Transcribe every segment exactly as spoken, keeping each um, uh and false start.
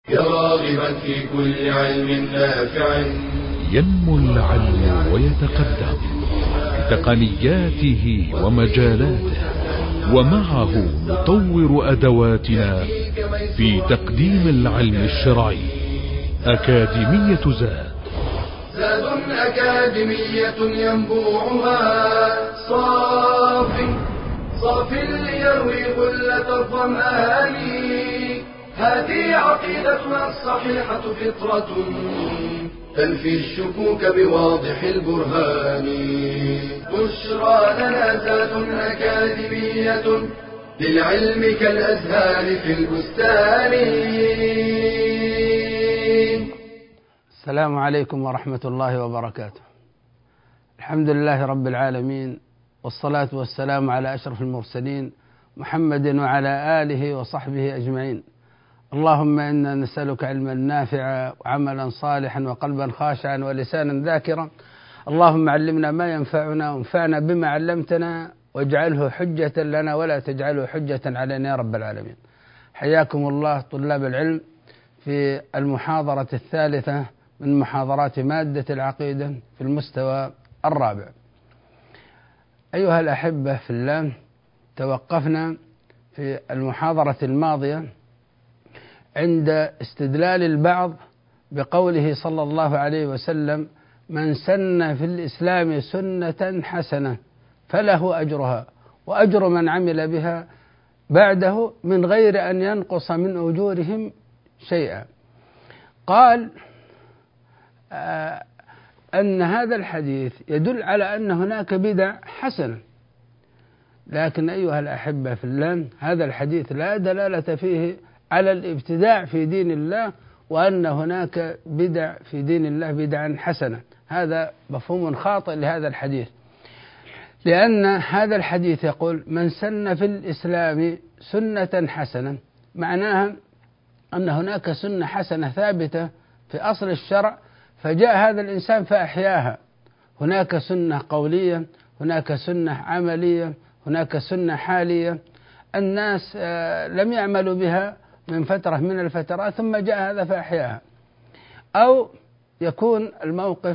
يا راغبا في كل علم نافع ينمو العلم ويتقدم بتقنياته ومجالاته، ومعه نطور أدواتنا في تقديم العلم الشرعي. أكاديمية زاد زاد أكاديمية ينبوعها صاف صاف ليروي غلة الظمآن. هذه عقيدتنا الصحيحة فطرة تنفي الشكوك بواضح البرهان. بشرى لنا زاد أكاديمية للعلم كالأزهار في البستان. السلام عليكم ورحمة الله وبركاته. الحمد لله رب العالمين، والصلاة والسلام على أشرف المرسلين محمد وعلى آله وصحبه أجمعين. اللهم إنا نسألك علما نافعا وعملا صالحا وقلبا خاشعا ولسانا ذاكرا. اللهم علمنا ما ينفعنا وانفعنا بما علمتنا، واجعله حجة لنا ولا تجعله حجة علينا يا رب العالمين. حياكم الله طلاب العلم في المحاضرة الثالثة من محاضرات مادة العقيدة في المستوى الرابع. أيها الأحبة في الله، توقفنا في المحاضرة الماضية عند استدلال البعض بقوله صلى الله عليه وسلم: من سن في الإسلام سنة حسنة فله أجرها وأجر من عمل بها بعده من غير أن ينقص من أجورهم شيئا. قال آه أن هذا الحديث يدل على أن هناك بدع حسنة، لكن أيها الأحبة في الله، هذا الحديث لا دلالة فيه على الابتداع في دين الله، وأن هناك بدع في دين الله بدعا حسنة. هذا مفهوم خاطئ لهذا الحديث، لأن هذا الحديث يقول: من سن في الإسلام سنة حسنة، معناها أن هناك سنة حسنة ثابتة في أصل الشرع فجاء هذا الإنسان فأحياها. هناك سنة قولية، هناك سنة عملية، هناك سنة حالية الناس لم يعملوا بها من فترة من الفترات ثم جاء هذا فأحياها. أو يكون الموقف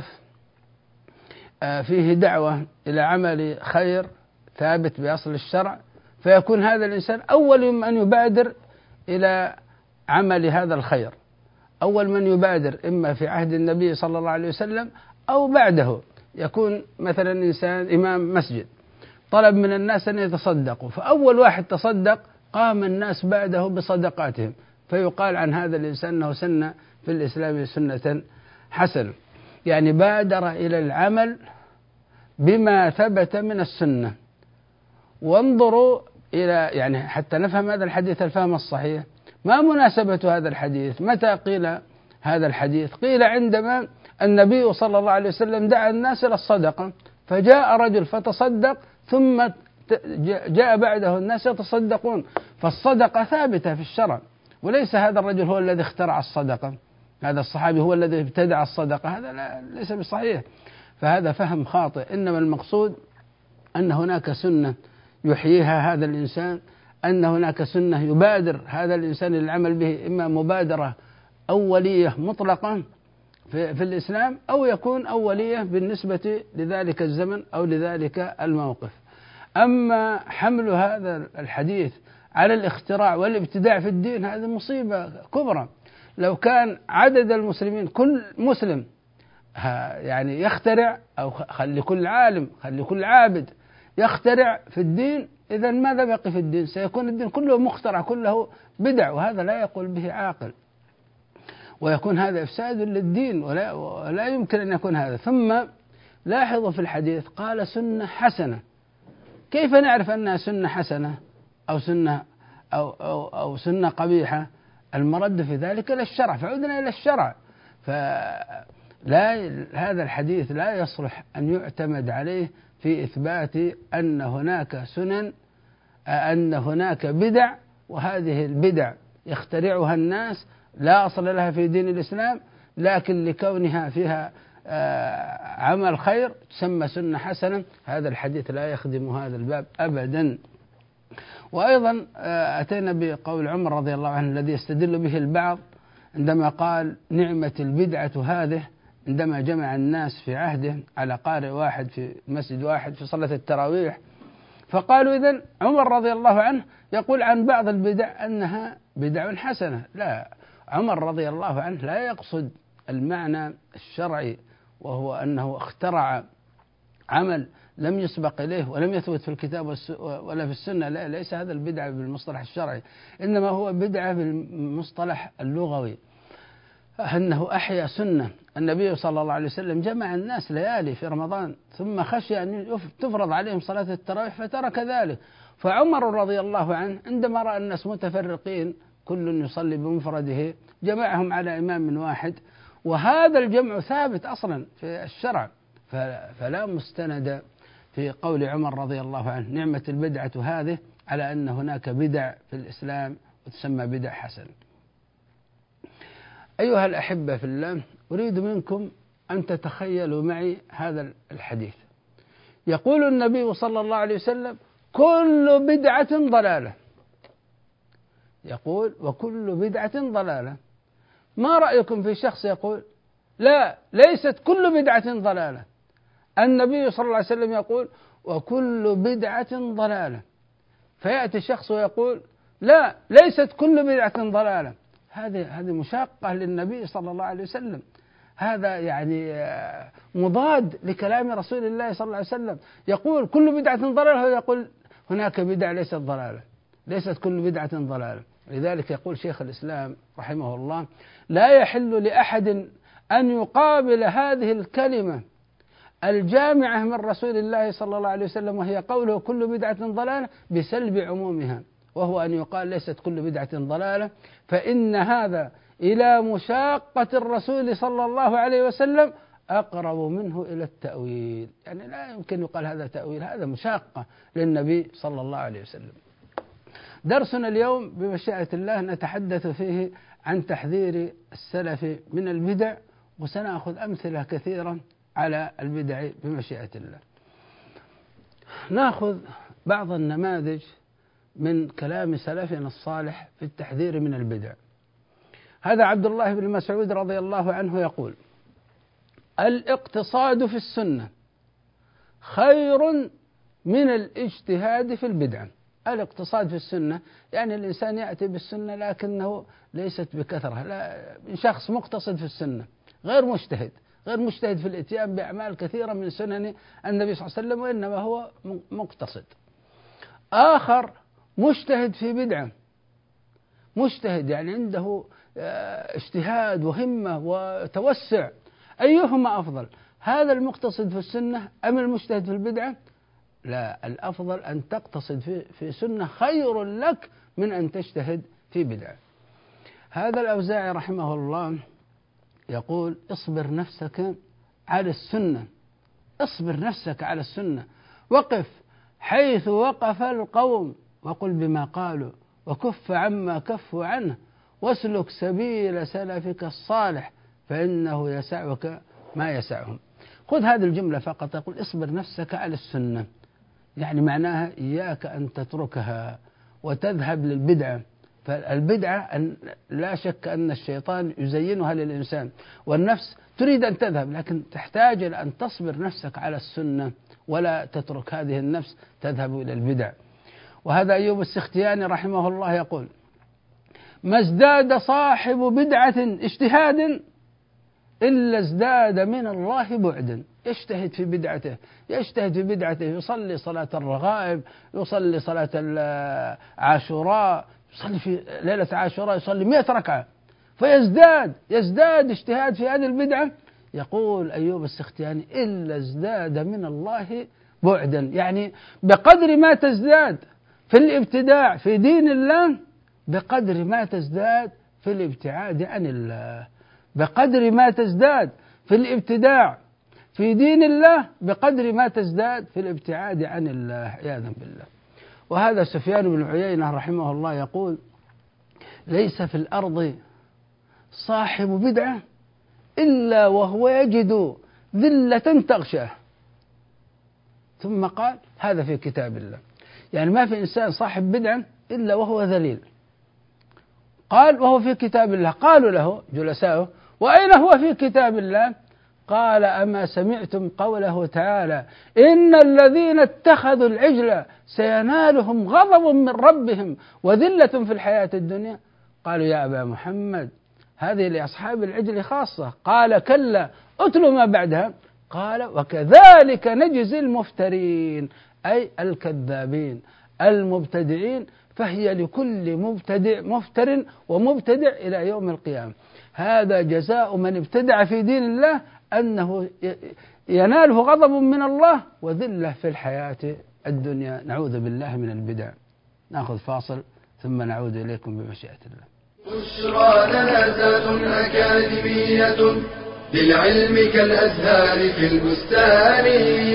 فيه دعوة إلى عمل خير ثابت بأصل الشرع، فيكون هذا الإنسان أول من يبادر إلى عمل هذا الخير، أول من يبادر إما في عهد النبي صلى الله عليه وسلم أو بعده. يكون مثلا إنسان إمام مسجد طلب من الناس أن يتصدقوا، فأول واحد تصدق قام الناس بعده بصدقاتهم، فيقال عن هذا الإنسان أنه سن في الإسلام سنة حسنة، يعني بادر إلى العمل بما ثبت من السنة. وانظروا إلى يعني حتى نفهم هذا الحديث الفهم الصحيح. ما مناسبة هذا الحديث؟ متى قيل هذا الحديث؟ قيل عندما النبي صلى الله عليه وسلم دعا الناس إلى الصدقة، فجاء رجل فتصدق ثم جاء بعده الناس يتصدقون، فالصدقة ثابتة في الشرع، وليس هذا الرجل هو الذي اخترع الصدقة، هذا الصحابي هو الذي ابتدع الصدقة، هذا لا ليس بصحيح. فهذا فهم خاطئ. إنما المقصود أن هناك سنة يحييها هذا الإنسان، أن هناك سنة يبادر هذا الإنسان للعمل به، إما مبادرة أولية مطلقة في, في الإسلام، أو يكون أولية بالنسبة لذلك الزمن أو لذلك الموقف. أما حمل هذا الحديث على الاختراع والابتداع في الدين هذه مصيبة كبرى. لو كان عدد المسلمين كل مسلم يعني يخترع، أو خلي كل عالم خلي كل عابد يخترع في الدين، إذا ماذا بقي في الدين؟ سيكون الدين كله مخترع، كله بدع، وهذا لا يقول به عاقل، ويكون هذا إفساد للدين، ولا, ولا يمكن أن يكون هذا. ثم لاحظوا في الحديث قال سنة حسنة. كيف نعرف أنها سنة حسنة أو سنة أو, أو, أو سنة قبيحة؟ المرد في ذلك إلى الشرع، فعدنا إلى الشرع. فلا هذا الحديث لا يصلح أن يعتمد عليه في إثبات أن هناك سنن، أن هناك بدع، وهذه البدع يخترعها الناس لا أصل لها في دين الإسلام، لكن لكونها فيها عمل خير تسمى سنة حسنة. هذا الحديث لا يخدم هذا الباب أبدا. وأيضا أتينا بقول عمر رضي الله عنه الذي يستدل به البعض عندما قال نعمة البدعة هذه، عندما جمع الناس في عهده على قارئ واحد في مسجد واحد في صلاة التراويح، فقالوا إذن عمر رضي الله عنه يقول عن بعض البدع أنها بدع حسنة. لا، عمر رضي الله عنه لا يقصد المعنى الشرعي، وهو أنه اخترع عمل لم يسبق إليه ولم يثبت في الكتاب ولا في السنة. لا، ليس هذا البدعة بالمصطلح الشرعي، إنما هو بدعة بالمصطلح اللغوي، أنه أحيا سنة. النبي صلى الله عليه وسلم جمع الناس ليالي في رمضان، ثم خشي أن تفرض عليهم صلاة التراويح فترك ذلك. فعمر رضي الله عنه عندما رأى الناس متفرقين كل يصلي بمفرده جمعهم على إمام واحد، وهذا الجمع ثابت أصلا في الشرع، فلا مستند في قول عمر رضي الله عنه نعمة البدعة هذه على أن هناك بدع في الإسلام وتسمى بدع حسن. أيها الأحبة في الله، أريد منكم أن تتخيلوا معي هذا الحديث. يقول النبي صلى الله عليه وسلم كل بدعة ضلالة، يقول وكل بدعة ضلالة. ما رأيكم في شخص يقول لا، ليست كل بدعة ضلالة؟ النبي صلى الله عليه وسلم يقول وكل بدعة ضلالة، فيأتي شخص ويقول لا، ليست كل بدعة ضلالة. هذه هذه مشاقة للنبي صلى الله عليه وسلم، هذا يعني مضاد لكلام رسول الله صلى الله عليه وسلم. يقول كل بدعة ضلالة، ويقول هناك بدع ليست ضلالة، ليست كل بدعة ضلالة. لذلك يقول شيخ الإسلام رحمه الله لا يحل لأحد أن يقابل هذه الكلمة الجامعة من رسول الله صلى الله عليه وسلم، وهي قوله كل بدعة ضلالة، بسلب عمومها، وهو أن يقال ليست كل بدعة ضلالة، فإن هذا إلى مشاقة الرسول صلى الله عليه وسلم أقرب منه إلى التأويل. يعني لا يمكن يقال هذا تأويل، هذا مشاقة للنبي صلى الله عليه وسلم. درسنا اليوم بمشيئة الله نتحدث فيه عن تحذير السلف من البدع، وسنأخذ أمثلة كثيرة على البدع بمشيئة الله. نأخذ بعض النماذج من كلام سلفنا الصالح في التحذير من البدع. هذا عبد الله بن مسعود رضي الله عنه يقول الاقتصاد في السنة خير من الاجتهاد في البدعة. الاقتصاد في السنة يعني الإنسان يأتي بالسنة لكنه ليست بكثرة، لا، شخص مقتصد في السنة غير مجتهد، غير مجتهد في الاتيان بأعمال كثيرة من سنن النبي صلى الله عليه وسلم، وإنما هو مقتصد. آخر مجتهد في بدعة، مجتهد يعني عنده اجتهاد وهمة وتوسع. أيهما أفضل، هذا المقتصد في السنة أم المجتهد في البدعة؟ لا، الأفضل أن تقتصد في في سنة خير لك من أن تجتهد في بدعة. هذا الأوزاعي رحمه الله يقول اصبر نفسك على السنة، اصبر نفسك على السنة، وقف حيث وقف القوم وقل بما قالوا، وكف عما كفوا عنه، واسلك سبيل سلفك الصالح فإنه يسعك ما يسعهم. خذ هذه الجملة فقط، يقول اصبر نفسك على السنة، يعني معناها إياك أن تتركها وتذهب للبدعة. فالبدعة أن لا شك أن الشيطان يزينها للإنسان، والنفس تريد أن تذهب، لكن تحتاج إلى أن تصبر نفسك على السنة ولا تترك هذه النفس تذهب إلى البدع. وهذا أيوب السختياني رحمه الله يقول ما ازداد صاحب بدعة اجتهادا إلا ازداد من الله بعدا. يجتهد في بدعته، يجتهد في بدعته، يصلي صلاة الرغائب، يصلي صلاة العاشوراء، يصلي في ليلة عاشوراء يصلي مئة ركعة، فيزداد يزداد اجتهاد في هذه البدعة. يقول أيوب السختياني إلا ازداد من الله بعدا، يعني بقدر ما تزداد في الابتداع في دين الله بقدر ما تزداد في الابتعاد عن الله، بقدر ما تزداد في الابتداع في دين الله بقدر ما تزداد في الابتعاد عن الله عياذا بالله. وهذا سفيان بن عيينة رحمه الله يقول ليس في الأرض صاحب بدعة إلا وهو يجد ذلة تغشاه. ثم قال هذا في كتاب الله، يعني ما في إنسان صاحب بدعة إلا وهو ذليل، قال وهو في كتاب الله. قالوا له جلساؤه وأين هو في كتاب الله؟ قال أما سمعتم قوله تعالى إن الذين اتخذوا العجل سينالهم غضب من ربهم وذلة في الحياة الدنيا. قالوا يا أبا محمد هذه لأصحاب العجل خاصة. قال كلا أتلوا ما بعدها. قال وكذلك نجزي المفترين أي الكذابين المبتدعين، فهي لكل مبتدع مفتر ومبتدع إلى يوم القيامة. هذا جزاء من ابتدع في دين الله، أنه يناله غضب من الله وذلة في الحياة الدنيا. نعوذ بالله من البدع. نأخذ فاصل ثم نعود إليكم بمشيئة الله. بشرى لنا ذات أكاديمية للعلم كالأزهار في البستان.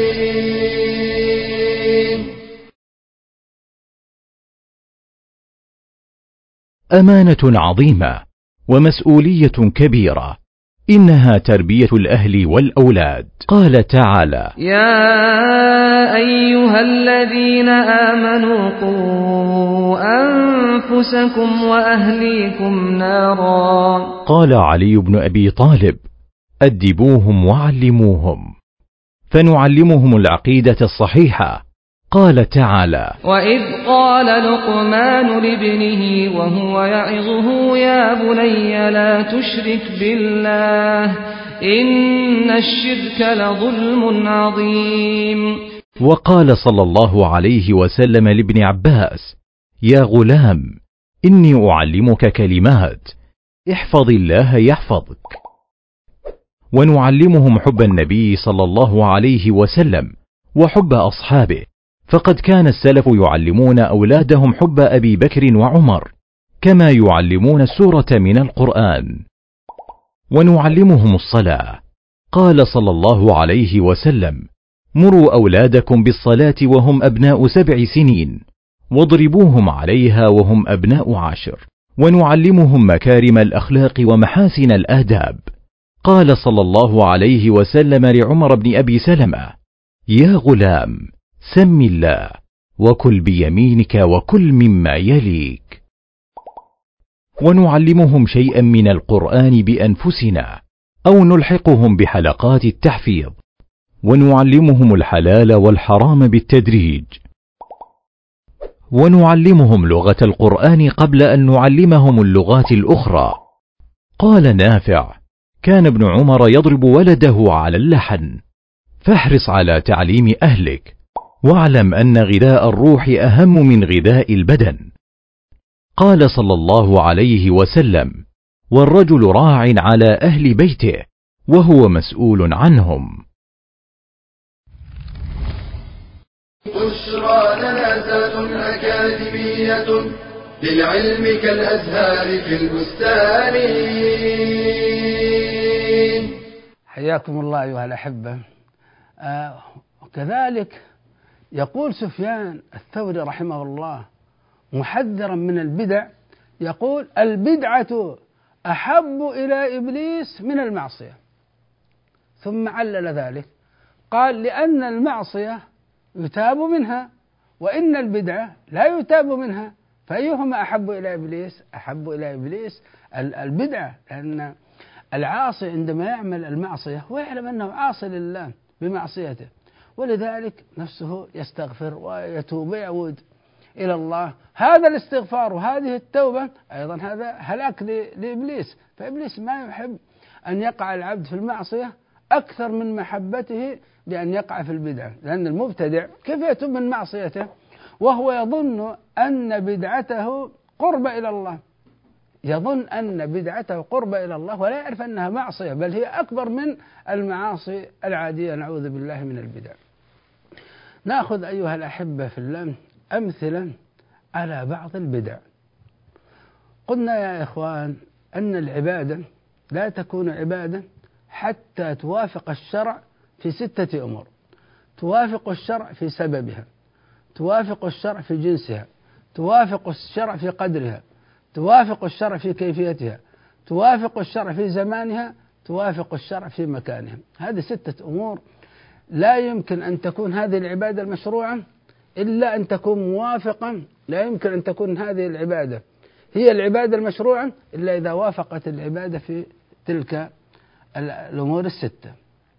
أمانة عظيمة ومسؤولية كبيرة، إنها تربية الأهل والأولاد. قال تعالى يا أيها الذين آمنوا قوا أنفسكم وأهليكم نارا. قال علي بن أبي طالب أدبوهم وعلموهم، فنعلمهم العقيدة الصحيحة. قال تعالى وإذ قال لقمان لابنه وهو يعظه يا بني لا تشرك بالله إن الشرك لظلم عظيم. وقال صلى الله عليه وسلم لابن عباس يا غلام إني أعلمك كلمات احفظ الله يحفظك. ونعلمهم حب النبي صلى الله عليه وسلم وحب أصحابه، فقد كان السلف يعلمون أولادهم حب أبي بكر وعمر كما يعلمون السورة من القرآن. ونعلمهم الصلاة. قال صلى الله عليه وسلم مروا أولادكم بالصلاة وهم أبناء سبع سنين واضربوهم عليها وهم أبناء عشر. ونعلمهم مكارم الأخلاق ومحاسن الآداب. قال صلى الله عليه وسلم لعمر بن أبي سلمة يا غلام سم الله وكل بيمينك وكل مما يليك. ونعلمهم شيئا من القرآن بأنفسنا أو نلحقهم بحلقات التحفيظ. ونعلمهم الحلال والحرام بالتدريج. ونعلمهم لغة القرآن قبل أن نعلمهم اللغات الأخرى. قال نافع كان ابن عمر يضرب ولده على اللحن، فاحرص على تعليم أهلك واعلم أن غذاء الروح أهم من غذاء البدن. قال صلى الله عليه وسلم والرجل راع على أهل بيته وهو مسؤول عنهم. بشرى لنا ذات أكاديمية للعلم كالأزهار في البستان. حياكم الله أيها الأحبة. آه وكذلك يقول سفيان الثوري رحمه الله محذرا من البدع، يقول البدعة أحب إلى إبليس من المعصية. ثم علل ذلك قال لأن المعصية يتاب منها وإن البدعة لا يتاب منها، فأيهما أحب إلى إبليس؟ أحب إلى إبليس البدعة، لأن العاصي عندما يعمل المعصية ويعلم أنه عاصي لله بمعصيته، ولذلك نفسه يستغفر ويتوب ويعود إلى الله. هذا الاستغفار وهذه التوبة أيضا هذا هلاك لإبليس، فإبليس ما يحب أن يقع العبد في المعصية أكثر من محبته بأن يقع في البدعة، لأن المبتدع كيف يتوب من معصيته وهو يظن أن بدعته قرب إلى الله، يظن أن بدعته قرب إلى الله ولا يعرف أنها معصية، بل هي أكبر من المعاصي العادية. نعوذ بالله من البدع. نأخذ أيها الأحبة في الله أمثلة على بعض البدع. قلنا يا إخوان أن العبادة لا تكون عبادة حتى توافق الشرع في ستة أمور: توافق الشرع في سببها، توافق الشرع في جنسها، توافق الشرع في قدرها، توافق الشرع في كيفيتها، توافق الشرع في زمانها، توافق الشرع في مكانها. هذه ستة أمور لا يمكن أن تكون هذه العبادة المشروعة إلا أن تكون موافقة، لا يمكن أن تكون هذه العبادة هي العبادة المشروعة إلا إذا وافقت العبادة في تلك الأمور الستة.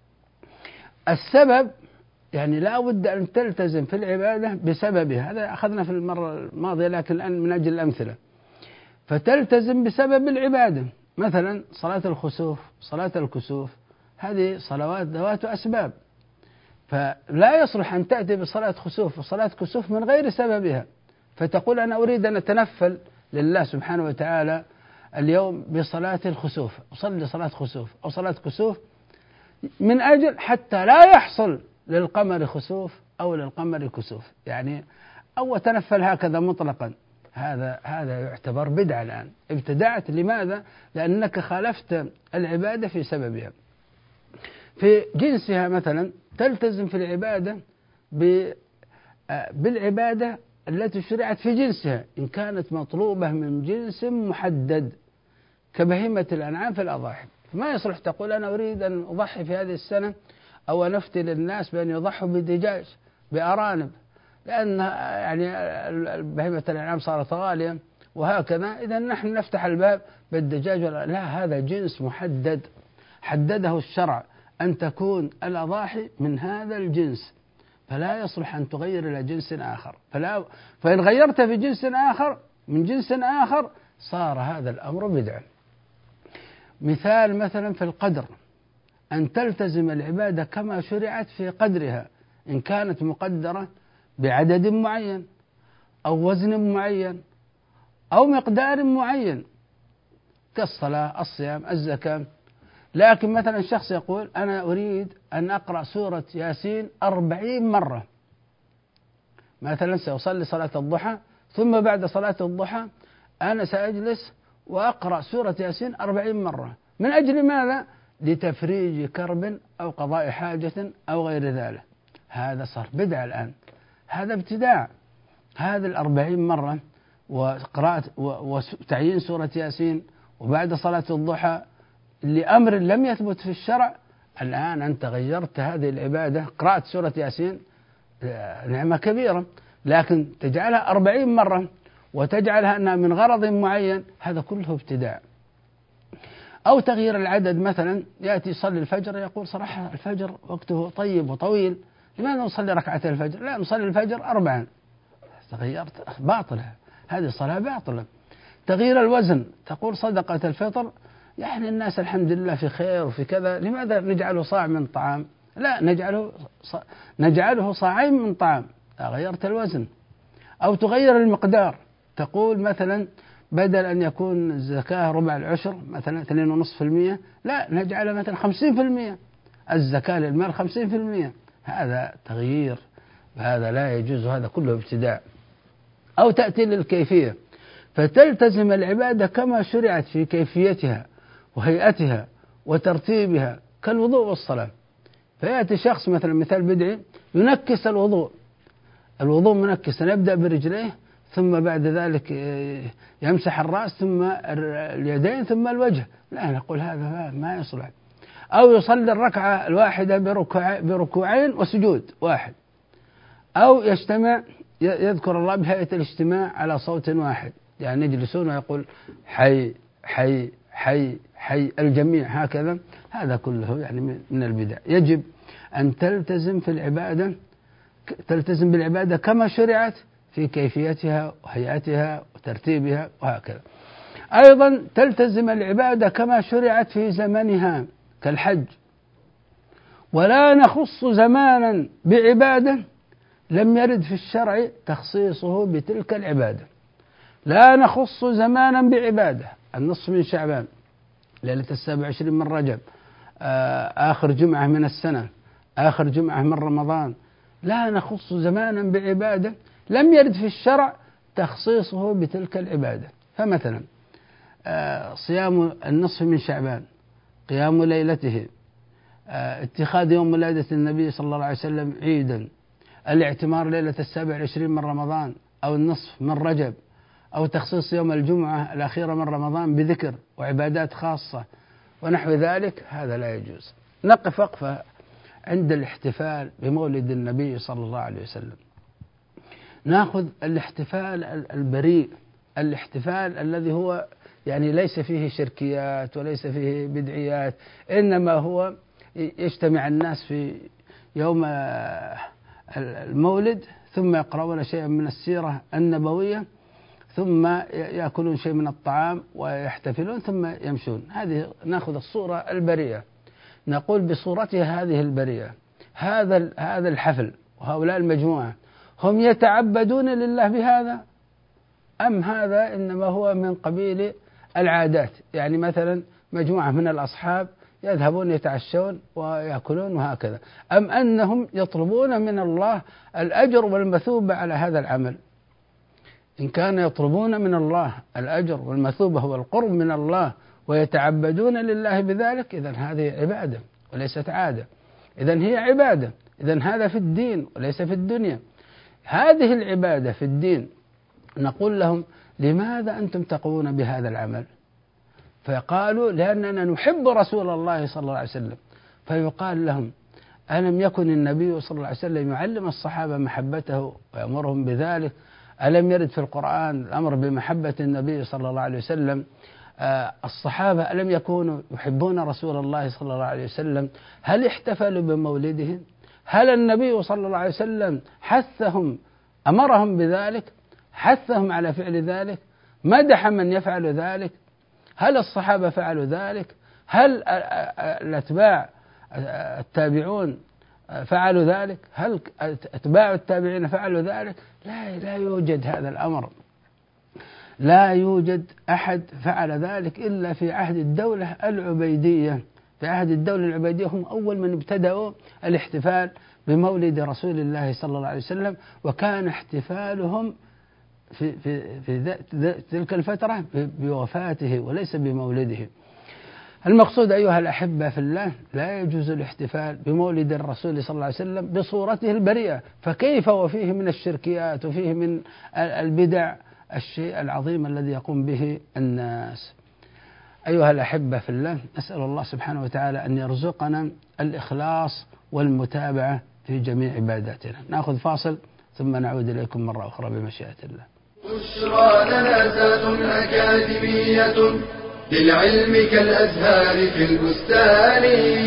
السبب يعني لا بد أن تلتزم في العبادة بسببها، هذا أخذنا في المرة الماضية لكن الآن من أجل الأمثلة. فتلتزم بسبب العبادة، مثلا صلاة الخسوف، صلاة الكسوف، هذه صلوات ذوات أسباب، فلا يصلح أن تأتي بصلاة خسوف وصلاة كسوف من غير سببها، فتقول أنا أريد أن أتنفل لله سبحانه وتعالى اليوم بصلاة الخسوف، أصلي صلاة خسوف أو صلاة كسوف من أجل حتى لا يحصل للقمر خسوف أو للقمر كسوف، يعني أو تنفل هكذا مطلقا، هذا هذا يعتبر بدعة الآن، ابتدعت. لماذا؟ لأنك خالفت العبادة في سببها. في جنسها مثلا تلتزم في العبادة بالعبادة التي شرعت في جنسها إن كانت مطلوبة من جنس محدد كبهيمة الأنعام في الأضاحي. ما يصلح تقول أنا أريد أن أضحي في هذه السنة أو نفتي للناس بأن يضحوا بدجاج بأرانب، لأن يعني بهيمة الأنعام صارت غالية وهكذا، إذا نحن نفتح الباب بالدجاج ولا لا، هذا جنس محدد حدده الشرع أن تكون الأضاحي من هذا الجنس، فلا يصلح أن تغير إلى جنس آخر، فلا فإن غيرت في جنس آخر من جنس آخر صار هذا الأمر بدعة. مثال مثلا في القدر، أن تلتزم العبادة كما شرعت في قدرها إن كانت مقدرة بعدد معين أو وزن معين أو مقدار معين كالصلاة، الصيام، الزكاة. لكن مثلا شخص يقول أنا أريد أن أقرأ سورة ياسين أربعين مرة، مثلا سأصلي صلاة الضحى ثم بعد صلاة الضحى أنا سأجلس وأقرأ سورة ياسين أربعين مرة، من أجل ماذا؟ لتفريج كرب أو قضاء حاجة أو غير ذلك. هذا صار بدعة الآن، هذا ابتداع. هذه الأربعين مرة وقراءة وتعيين سورة ياسين وبعد صلاة الضحى لأمر لم يثبت في الشرع، الآن أنت غيرت هذه العبادة. قراءة سورة ياسين نعمة كبيرة، لكن تجعلها أربعين مرة وتجعلها أنها من غرض معين، هذا كله ابتداع. أو تغيير العدد، مثلا يأتي يصلي الفجر يقول صراحة الفجر وقته طيب وطويل، لماذا نصلي ركعتي الفجر؟ لا، نصلي الفجر أربعا. تغيرت، باطلة، هذه الصلاة باطلة. تغيير الوزن، تقول صدقة الفطر يعني الناس الحمد لله في خير وفي كذا، لماذا نجعله صاع من طعام؟ لا، نجعله ص... نجعله صاعين من طعام، غيرت الوزن. أو تغير المقدار، تقول مثلا بدل أن يكون الزكاة ربع العشر مثلا اثنين ونصف في المية، لا نجعله مثلا خمسين في المية، الزكاة للمال خمسين في المية، هذا تغيير، هذا لا يجوز، هذا كله ابتداع. أو تأتي للكيفية، فتلتزم العبادة كما شرعت في كيفيتها وهيئتها وترتيبها كالوضوء والصلاة. فيأتي شخص مثلا مثال بدعي ينكس الوضوء، الوضوء منكسا، يبدأ برجليه ثم بعد ذلك يمسح الرأس ثم اليدين ثم الوجه، لا نقول هذا ما يصلح. أو يصلي الركعة الواحدة بركوع بركوعين وسجود واحد، أو يجتمع يذكر الله بهيئة الاجتماع على صوت واحد، يعني يجلسون ويقول حي حي حي حي الجميع هكذا، هذا كله يعني من البدع. يجب أن تلتزم في العبادة، تلتزم بالعبادة كما شرعت في كيفيتها وهيئتها وترتيبها وهكذا. أيضا تلتزم العبادة كما شرعت في زمنها كالحج، ولا نخص زمانا بعبادة لم يرد في الشرع تخصيصه بتلك العبادة. لا نخص زمانا بعبادة، النصف من شعبان، ليلة السابع عشرين من رجب، آخر جمعة من السنة، آخر جمعة من رمضان، لا نخص زمانا بعبادة لم يرد في الشرع تخصيصه بتلك العبادة. فمثلا صيام النصف من شعبان، قيام ليلته، اتخاذ يوم ولادة النبي صلى الله عليه وسلم عيدا، الاعتمار ليلة السابع عشرين من رمضان أو النصف من رجب، أو تخصيص يوم الجمعة الأخيرة من رمضان بذكر وعبادات خاصة ونحو ذلك، هذا لا يجوز. نقف وقفة عند الاحتفال بمولد النبي صلى الله عليه وسلم. نأخذ الاحتفال البريء الاحتفال الذي هو يعني ليس فيه شركيات وليس فيه بدعيات، إنما هو يجتمع الناس في يوم المولد ثم يقرؤون شيئا من السيرة النبوية ثم يأكلون شيء من الطعام ويحتفلون ثم يمشون. هذه نأخذ الصورة البريئة، نقول بصورتها هذه البريئة هذا هذا الحفل وهؤلاء المجموعة هم يتعبدون لله بهذا، أم هذا إنما هو من قبيل العادات؟ يعني مثلا مجموعة من الأصحاب يذهبون يتعشون ويأكلون وهكذا، أم أنهم يطلبون من الله الأجر والمثوبة على هذا العمل؟ إن كان يطلبون من الله الأجر والمثوبة والقرب من الله ويتعبدون لله بذلك، إذن هذه عبادة وليست عادة، إذن هي عبادة، إذن هذا في الدين وليس في الدنيا. هذه العبادة في الدين نقول لهم لماذا أنتم تقومون بهذا العمل؟ فقالوا لأننا نحب رسول الله صلى الله عليه وسلم. فيقال لهم ألم يكن النبي صلى الله عليه وسلم يعلم الصحابة محبته ويأمرهم بذلك؟ ألم يرد في القرآن الأمر بمحبة النبي صلى الله عليه وسلم؟ آه الصحابة ألم يكونوا يحبون رسول الله صلى الله عليه وسلم؟ هل احتفلوا بمولدهم؟ هل النبي صلى الله عليه وسلم حثهم أمرهم بذلك؟ حثهم على فعل ذلك؟ مدح من يفعل ذلك؟ هل الصحابة فعلوا ذلك؟ هل الأتباع التابعون فعلوا ذلك؟ هل أتباع التابعين فعلوا ذلك؟ لا لا يوجد هذا الأمر، لا يوجد أحد فعل ذلك إلا في عهد الدولة العبيدية. في عهد الدولة العبيدية هم أول من ابتدأوا الاحتفال بمولد رسول الله صلى الله عليه وسلم، وكان احتفالهم في, في, في تلك الفترة بوفاته وليس بمولده. المقصود أيها الأحبة في الله لا يجوز الاحتفال بمولد الرسول صلى الله عليه وسلم بصورته البريئة، فكيف وفيه من الشركيات وفيه من البدع الشيء العظيم الذي يقوم به الناس. أيها الأحبة في الله، نسأل الله سبحانه وتعالى أن يرزقنا الإخلاص والمتابعة في جميع عباداتنا. نأخذ فاصل ثم نعود إليكم مرة أخرى بمشيئة الله. بشرى لنا ذات أكاديمية للعلم كالأزهار في البستان.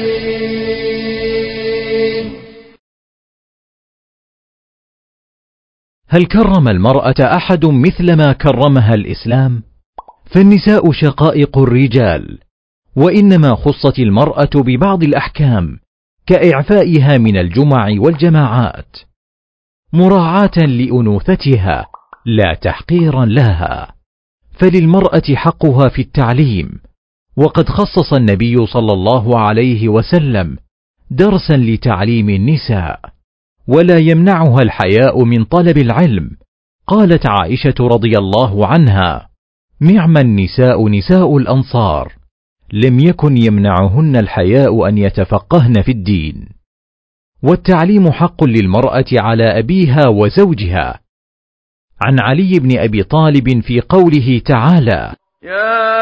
هل كرم المرأة أحد مثل ما كرمها الإسلام؟ فالنساء شقائق الرجال، وإنما خصت المرأة ببعض الأحكام كإعفائها من الجمع والجماعات مراعاة لأنوثتها لا تحقيرا لها، فللمرأة حقها في التعليم، وقد خصص النبي صلى الله عليه وسلم درسا لتعليم النساء، ولا يمنعها الحياء من طلب العلم. قالت عائشة رضي الله عنها: نعم النساء نساء الأنصار، لم يكن يمنعهن الحياء أن يتفقهن في الدين. والتعليم حق للمرأة على أبيها وزوجها. عن علي بن أبي طالب في قوله تعالى: يا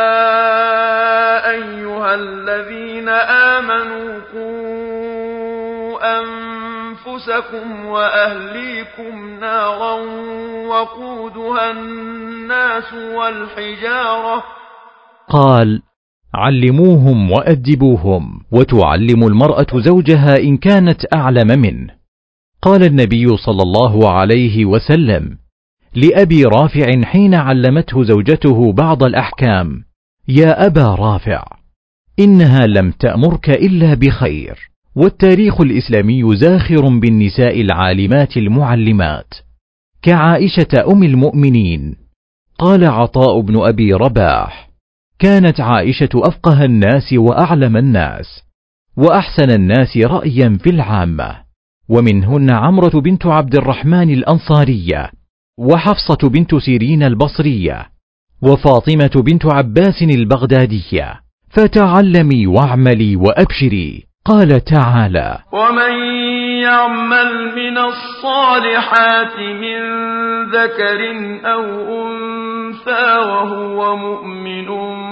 أيها الذين آمنوا قوا أنفسكم وأهليكم نارا وقودها الناس والحجارة. قال: علموهم وأدبوهم. وتعلم المرأة زوجها إن كانت أعلم منه. قال النبي صلى الله عليه وسلم لأبي رافع حين علمته زوجته بعض الأحكام: يا أبا رافع، إنها لم تأمرك إلا بخير. والتاريخ الإسلامي زاخر بالنساء العالمات المعلمات كعائشة أم المؤمنين. قال عطاء بن أبي رباح: كانت عائشة أفقه الناس وأعلم الناس وأحسن الناس رأيا في العامة، ومنهن عمرة بنت عبد الرحمن الأنصارية، وحفصة بنت سيرين البصرية، وفاطمة بنت عباس البغدادية. فتعلمي واعملي وأبشري. قال تعالى: ومن يعمل من الصالحات من ذكر أو أنثى وهو مؤمن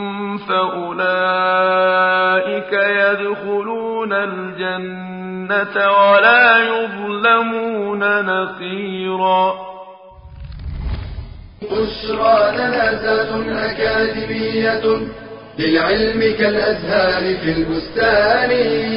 فأولئك يدخلون الجنة ولا يظلمون نقيرا. بشرى لنا ذات أكاديمية للعلم كالأزهار في البستان.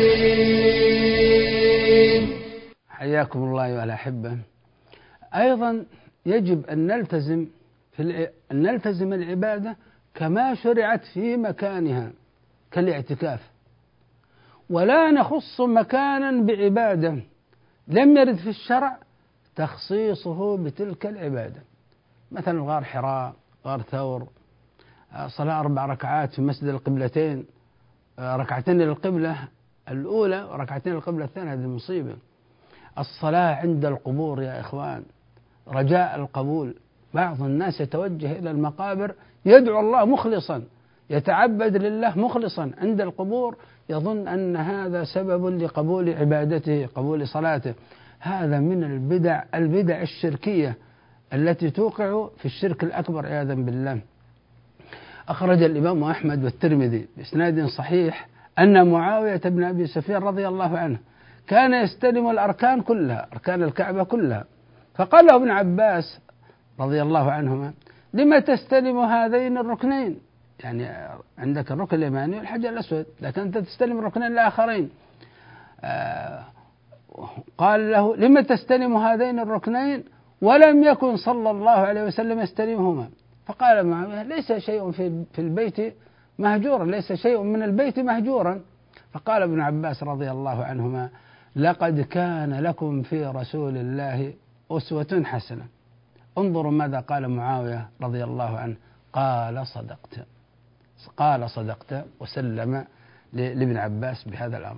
حياكم الله أيها الأحبة. أيضا يجب أن نلتزم في الع... أن نلتزم العبادة كما شرعت في مكانها كالاعتكاف، ولا نخص مكانا بعبادة لم يرد في الشرع تخصيصه بتلك العبادة، مثلا غار حراء، غار ثور، صلاة أربع ركعات في مسجد القبلتين، ركعتين للقبلة الأولى وركعتين للقبلة الثانية، هذه مصيبة. الصلاة عند القبور يا إخوان رجاء القبول، بعض الناس يتوجه إلى المقابر يدعو الله مخلصا، يتعبد لله مخلصا عند القبور، يظن أن هذا سبب لقبول عبادته، قبول صلاته. هذا من البدع البدع الشركية التي توقع في الشرك الأكبر عياذا بالله. أخرج الإمام أحمد والترمذي بإسناد صحيح أن معاوية بن أبي سفيان رضي الله عنه كان يستلم الأركان كلها، أركان الكعبة كلها، فقال له ابن عباس رضي الله عنهما: لما تستلم هذين الركنين؟ يعني عندك الركن اليماني والحجر الأسود، لكن أنت تستلم الركنين الآخرين. آه قال له: لما تستلم هذين الركنين ولم يكن صلى الله عليه وسلم يستلمهما؟ فقال معاوية: ليس شيء في البيت مهجورا، ليس شيء من البيت مهجورا. فقال ابن عباس رضي الله عنهما: لقد كان لكم في رسول الله أسوة حسنة. انظروا ماذا قال معاوية رضي الله عنه، قال صدقت، قال صدقت، وسلم لابن عباس بهذا الأمر.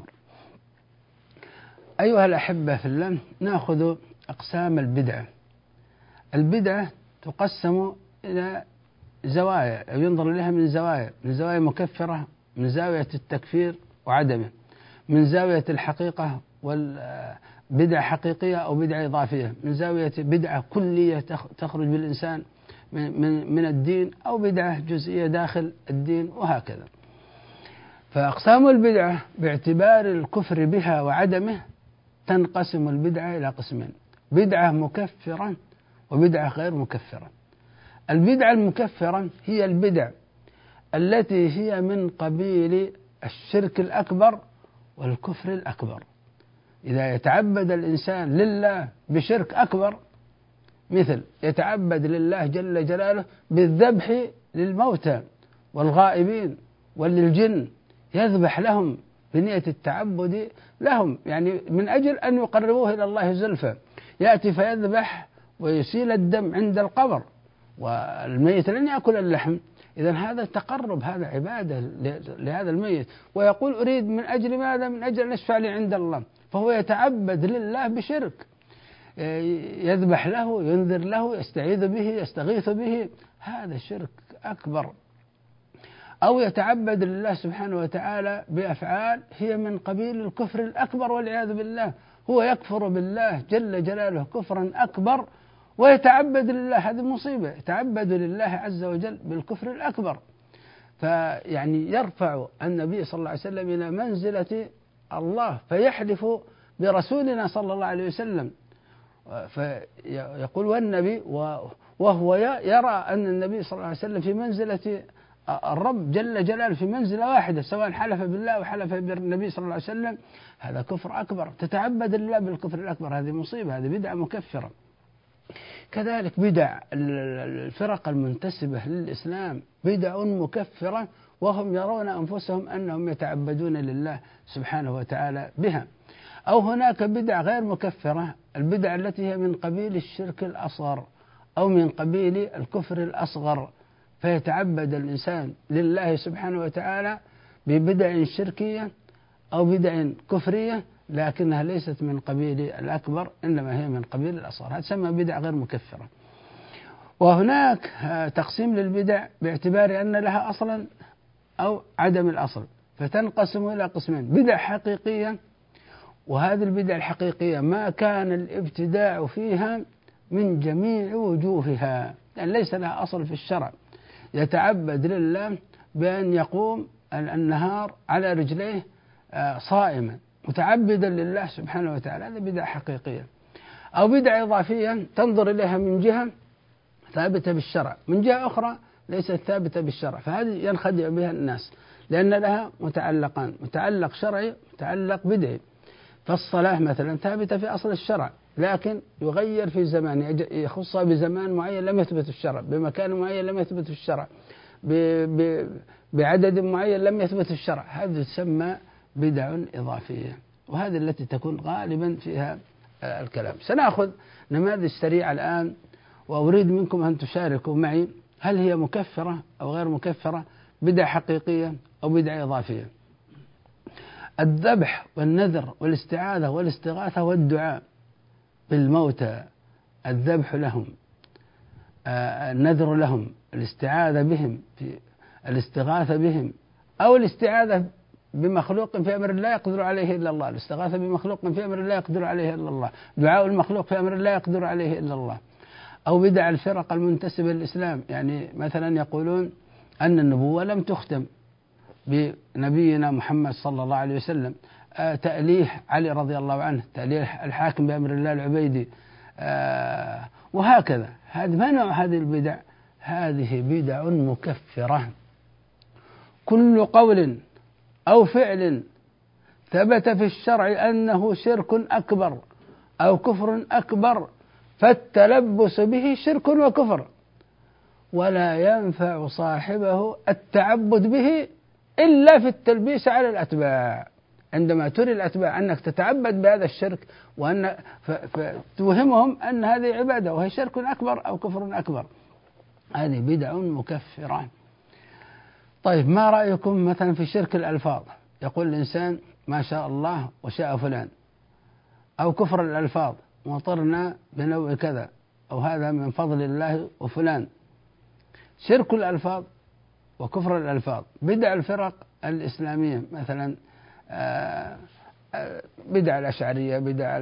أيها الأحبة في الله، نأخذ أقسام البدعة. البدعة تقسم إلى زوايا، أو ينظر إليها من زوايا، من زوايا مكفرة، من زاوية التكفير وعدمه، من زاوية الحقيقة والبدعة حقيقية أو بدعة إضافية، من زاوية بدعة كلية تخرج بالإنسان من من الدين، أو بدعة جزئية داخل الدين، وهكذا. فأقسام البدعة باعتبار الكفر بها وعدمه تنقسم البدعة إلى قسمين: بدعة مكفرة وبدعة غير مكفرة. البدعة المكفرة هي البدع التي هي من قبيل الشرك الأكبر والكفر الأكبر. إذا يتعبد الإنسان لله بشرك أكبر، مثل يتعبد لله جل جلاله بالذبح للموتى والغائبين وللجن، يذبح لهم بنية التعبد لهم، يعني من أجل أن يقربوه إلى الله زلفى، يأتي فيذبح ويسيل الدم عند القبر، والميت لن يأكل اللحم. إذن هذا تقرب، هذا عبادة لهذا الميت، ويقول أريد من أجل ماذا؟ من أجل أن يشفع لي عند الله. فهو يتعبد لله بشرك، يذبح له، ينذر له، يستعيذ به، يستغيث به، هذا شرك أكبر. أو يتعبد لله سبحانه وتعالى بأفعال هي من قبيل الكفر الأكبر والعياذ بالله، هو يكفر بالله جل جلاله كفرا أكبر ويتعبد لله، هذه مصيبة، يتعبد لله عز وجل بالكفر الأكبر. فيعني يرفع النبي صلى الله عليه وسلم إلى منزلة الله، فيحلف برسولنا صلى الله عليه وسلم، فيقول والنبي، وهو يرى أن النبي صلى الله عليه وسلم في منزلة الرب جل جلاله، في منزلة واحدة، سواء حلف بالله أو حلف بالنبي صلى الله عليه وسلم، هذا كفر أكبر. تتعبد لله بالكفر الأكبر، هذه مصيبة، هذه بدعة مكفرة. كذلك بدع الفرق المنتسبة للإسلام بدع مكفرة، وهم يرون أنفسهم أنهم يتعبدون لله سبحانه وتعالى بها. أو هناك بدع غير مكفرة، البدع التي هي من قبيل الشرك الأصغر أو من قبيل الكفر الأصغر، فيتعبد الإنسان لله سبحانه وتعالى ببدع شركية أو بدع كفرية، لكنها ليست من قبيل الأكبر، إنما هي من قبيل الأصغر، هذا تسمى بدع غير مكفرة. وهناك تقسيم للبدع باعتبار أن لها أصلا أو عدم الأصل، فتنقسم إلى قسمين: بدع حقيقية، وهذه البدع الحقيقية ما كان الابتداع فيها من جميع وجوهها، يعني ليس لها أصل في الشرع، يتعبد لله بأن يقوم النهار على رجليه صائما متعبدا لله سبحانه وتعالى، هذا بدعة حقيقية. أو بدعة إضافية تنظر إليها من جهة ثابتة بالشرع، من جهة أخرى ليست ثابتة بالشرع، فهذه ينخدع بها الناس لأن لها متعلقان، متعلق شرعي متعلق بدعي. فالصلاة مثلا ثابتة في أصل الشرع لكن يغير في زمان، يخصها بزمان معين لم يثبت الشرع، بمكان معين لم يثبت الشرع، بعدد معين لم يثبت الشرع، هذه تسمى بدع إضافية، وهذه التي تكون غالبا فيها الكلام. سنأخذ نماذج سريعة الآن وأريد منكم أن تشاركوا معي هل هي مكفرة أو غير مكفرة، بدع حقيقية أو بدع إضافية. الذبح والنذر والاستعاذة والاستغاثة والدعاء بالموتى، الذبح لهم، النذر لهم، الاستعاذة بهم، الاستغاثة بهم، أو الاستعاذة بمخلوق في أمر لا يقدر عليه إلا الله، الاستغاثة بمخلوق في أمر لا يقدر عليه إلا الله، دعاء المخلوق في أمر لا يقدر عليه إلا الله. أو بدع الفرق المنتسبة للإسلام، يعني مثلا يقولون أن النبوة لم تختم بنبينا محمد صلى الله عليه وسلم، آه تأليه علي رضي الله عنه، تأليه الحاكم بأمر الله العبيدي، آه وهكذا. هذا ما نوع هذه البدع؟ هذه بدع مكفرة. كل قول أو فعل ثبت في الشرع أنه شرك أكبر أو كفر أكبر فالتلبس به شرك وكفر، ولا ينفع صاحبه التعبد به إلا في التلبيس على الأتباع. عندما تري الأتباع أنك تتعبد بهذا الشرك وأن فتوهمهم أن هذه عبادة وهي شرك أكبر أو كفر أكبر، هذه بدع مكفرة. طيب ما رأيكم مثلا في شرك الألفاظ؟ يقول الإنسان ما شاء الله وشاء فلان، أو كفر الألفاظ مطرنا بنوع كذا، أو هذا من فضل الله وفلان. شرك الألفاظ وكفر الألفاظ. بدع الفرق الإسلامية مثلا بدع الأشعرية، بدع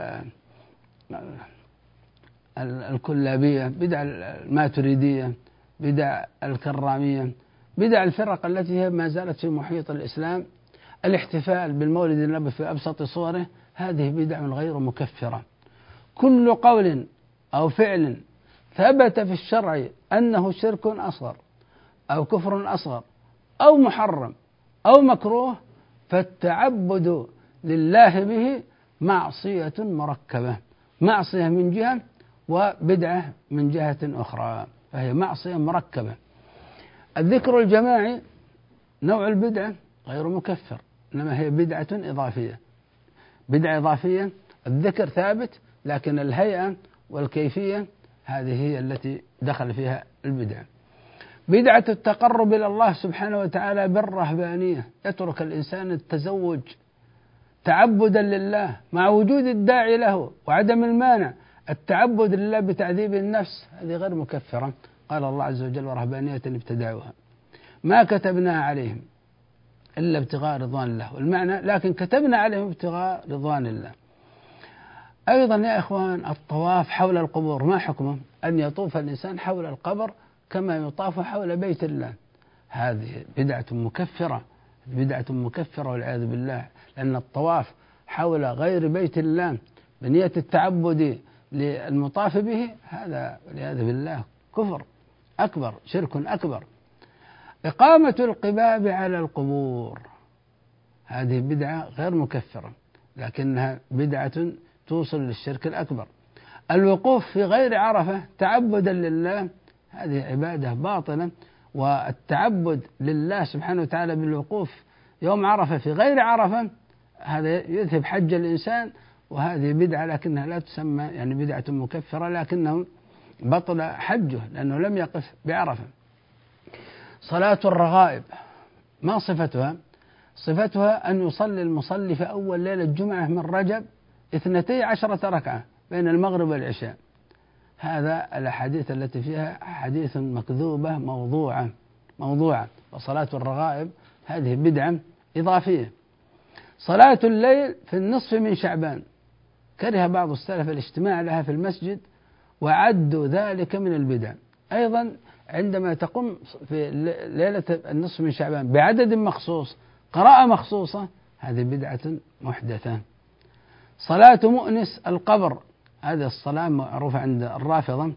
الكلابية، بدع الماتريدية، بدع الكرامية، بدع الفرق التي هي ما زالت في محيط الإسلام. الاحتفال بالمولد النبوي في أبسط صوره، هذه بدع غير مكفرة. كل قول أو فعل ثبت في الشرع أنه شرك أصغر أو كفر أصغر أو محرم أو مكروه فالتعبد لله به معصية مركبة، معصية من جهة وبدعة من جهة أخرى، فهي معصية مركبة. الذكر الجماعي نوع البدعة غير مكفر، إنما هي بدعة إضافية. بدعة إضافية، الذكر ثابت لكن الهيئة والكيفية هذه هي التي دخل فيها البدعة. بدعة التقرب إلى الله سبحانه وتعالى بالرهبانية، يترك الإنسان التزوج تعبدا لله مع وجود الداعي له وعدم المانع، التعبد لله بتعذيب النفس، هذه غير مكفرة. قال الله عز وجل ورهبانية ابتدعوها ما كتبناها عليهم إلا ابتغاء رضوان الله، والمعنى لكن كتبنا عليهم ابتغاء رضوان الله. أيضا يا إخوان الطواف حول القبور ما حكمه؟ أن يطوف الإنسان حول القبر كما يطاف حول بيت الله، هذه بدعة مكفرة، بدعة مكفرة والعياذ بالله، لأن الطواف حول غير بيت الله بنية التعبد للمطاف به هذا والعياذ بالله كفر أكبر، شرك أكبر. إقامة القباب على القبور هذه بدعة غير مكفرة لكنها بدعة توصل للشرك الأكبر. الوقوف في غير عرفة تعبدا لله هذه عبادة باطلة، والتعبد لله سبحانه وتعالى بالوقوف يوم عرفة في غير عرفة هذا يذهب حج الإنسان، وهذه بدعة لكنها لا تسمى يعني بدعة مكفرة، لكنه بطل حجه لأنه لم يقف بعرفة. صلاة الرغائب ما صفتها؟ صفتها أن يصلي المصلي في أول ليلة الجمعة من رجب اثنتي عشرة ركعة بين المغرب والعشاء، هذا الأحاديث التي فيها حديث مكذوبة موضوعة موضوعة وصلاة الرغائب هذه بدعة إضافية. صلاة الليل في النصف من شعبان كره بعض السلف الاجتماع لها في المسجد وعدوا ذلك من البدع. أيضا عندما تقوم في ليلة النصف من شعبان بعدد مخصوص قراءة مخصوصة هذه بدعة محدثة. صلاة مؤنس القبر هذه الصلاة معروفة عند الرافضة،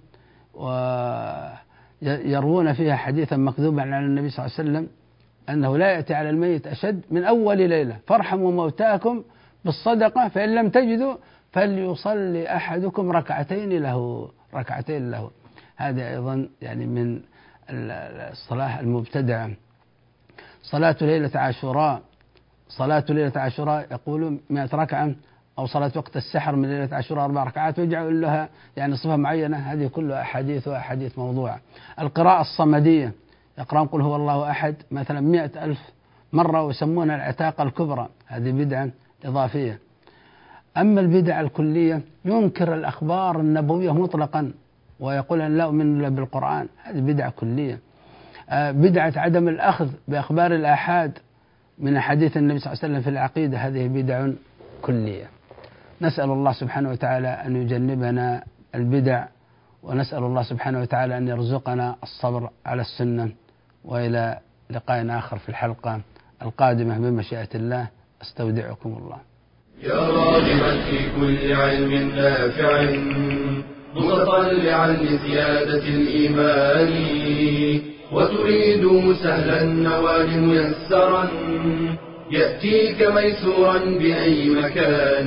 ويروون فيها حديثا مكذوبا على النبي صلى الله عليه وسلم أنه لا يأتي على الميت أشد من أول ليلة، فارحموا موتاكم بالصدقة فإن لم تجدوا فليصلي أحدكم ركعتين له ركعتين له. هذا أيضا يعني من الصلاة المبتدعة. صلاة ليلة عاشوراء صلاة ليلة عاشوراء يقولون مئة ركعة، أو صلاة وقت السحر من ليلة عاشوراء أربع ركعات، ويجعل لها يعني صفة معينة. هذه كلها أحاديث وأحاديث موضوعة. القراءة الصمدية يقرأون قل هو الله أحد مثلا مئة ألف مرة ويسمونها العتاقة الكبرى، هذه بدعة إضافية. أما البدع الكلية ينكر الأخبار النبوية مطلقا ويقول أن لا أؤمن إلا بالقرآن، هذه بدعة كلية. بدعة عدم الأخذ بأخبار الآحاد من حديث النبي صلى الله عليه وسلم في العقيدة، هذه بدع كلية. نسأل الله سبحانه وتعالى أن يجنبنا البدع، ونسأل الله سبحانه وتعالى أن يرزقنا الصبر على السنة. وإلى لقاء آخر في الحلقة القادمة بمشيئة الله، أستودعكم الله. يا راغبا في كل علم نافع متطلعا لزيادة الإيمان، وتريد سهلا النوال ميسرا يأتيك ميسورا بأي مكان.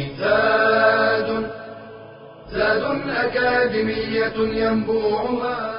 زاد زاد أكاديمية ينبوعها